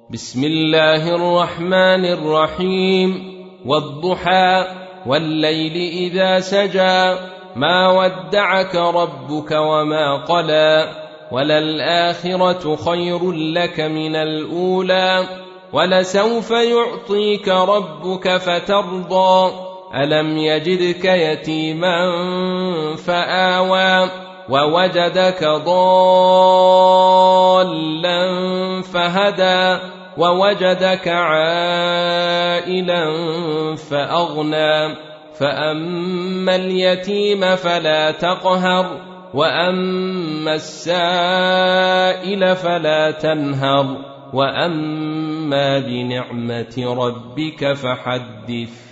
بسم الله الرحمن الرحيم. والضحى والليل إذا سجى ما ودعك ربك وما قلى وللآخرة خير لك من الأولى ولسوف يعطيك ربك فترضى ألم يجدك يتيما فآوى ووجدك ضالا فهدى ووجدك عائلا فأغنى فأما اليتيم فلا تقهر وأما السائل فلا تنهر وأما بنعمة ربك فحدث.